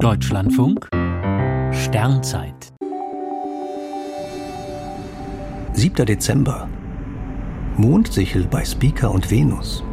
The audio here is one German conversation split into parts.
Deutschlandfunk Sternzeit 7. Dezember. Mondsichel bei Spica und Venus.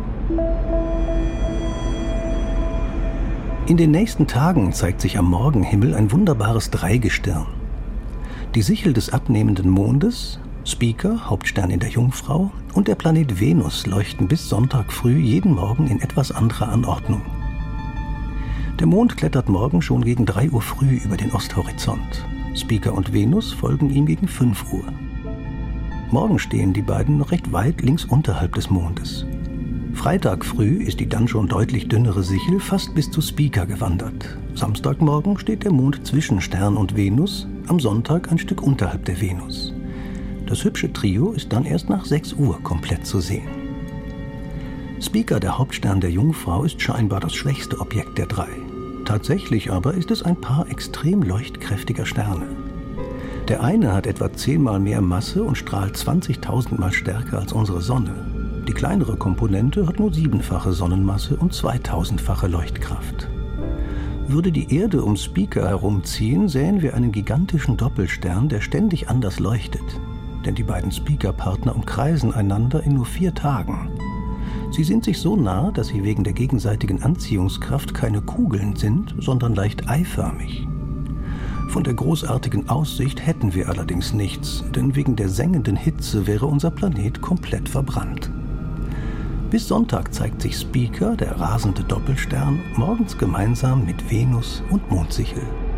In den nächsten Tagen zeigt sich am Morgenhimmel ein wunderbares Dreigestirn. Die Sichel des abnehmenden Mondes, Spica, Hauptstern in der Jungfrau, und der Planet Venus leuchten bis Sonntag früh jeden Morgen in etwas anderer Anordnung. Der Mond klettert morgen schon gegen 3 Uhr früh über den Osthorizont. Spica und Venus folgen ihm gegen 5 Uhr. Morgen stehen die beiden noch recht weit links unterhalb des Mondes. Freitag früh ist die dann schon deutlich dünnere Sichel fast bis zu Spica gewandert. Samstagmorgen steht der Mond zwischen Stern und Venus, am Sonntag ein Stück unterhalb der Venus. Das hübsche Trio ist dann erst nach 6 Uhr komplett zu sehen. Spica, der Hauptstern der Jungfrau, ist scheinbar das schwächste Objekt der drei. Tatsächlich aber ist es ein Paar extrem leuchtkräftiger Sterne. Der eine hat etwa 10-mal mehr Masse und strahlt 20.000 Mal stärker als unsere Sonne. Die kleinere Komponente hat nur 7-fache Sonnenmasse und 2000-fache Leuchtkraft. Würde die Erde um Spica herumziehen, sähen wir einen gigantischen Doppelstern, der ständig anders leuchtet. Denn die beiden Spica-Partner umkreisen einander in nur 4 Tagen. Sie sind sich so nah, dass sie wegen der gegenseitigen Anziehungskraft keine Kugeln sind, sondern leicht eiförmig. Von der großartigen Aussicht hätten wir allerdings nichts, denn wegen der sengenden Hitze wäre unser Planet komplett verbrannt. Bis Sonntag zeigt sich Spica, der rasende Doppelstern, morgens gemeinsam mit Venus und Mondsichel.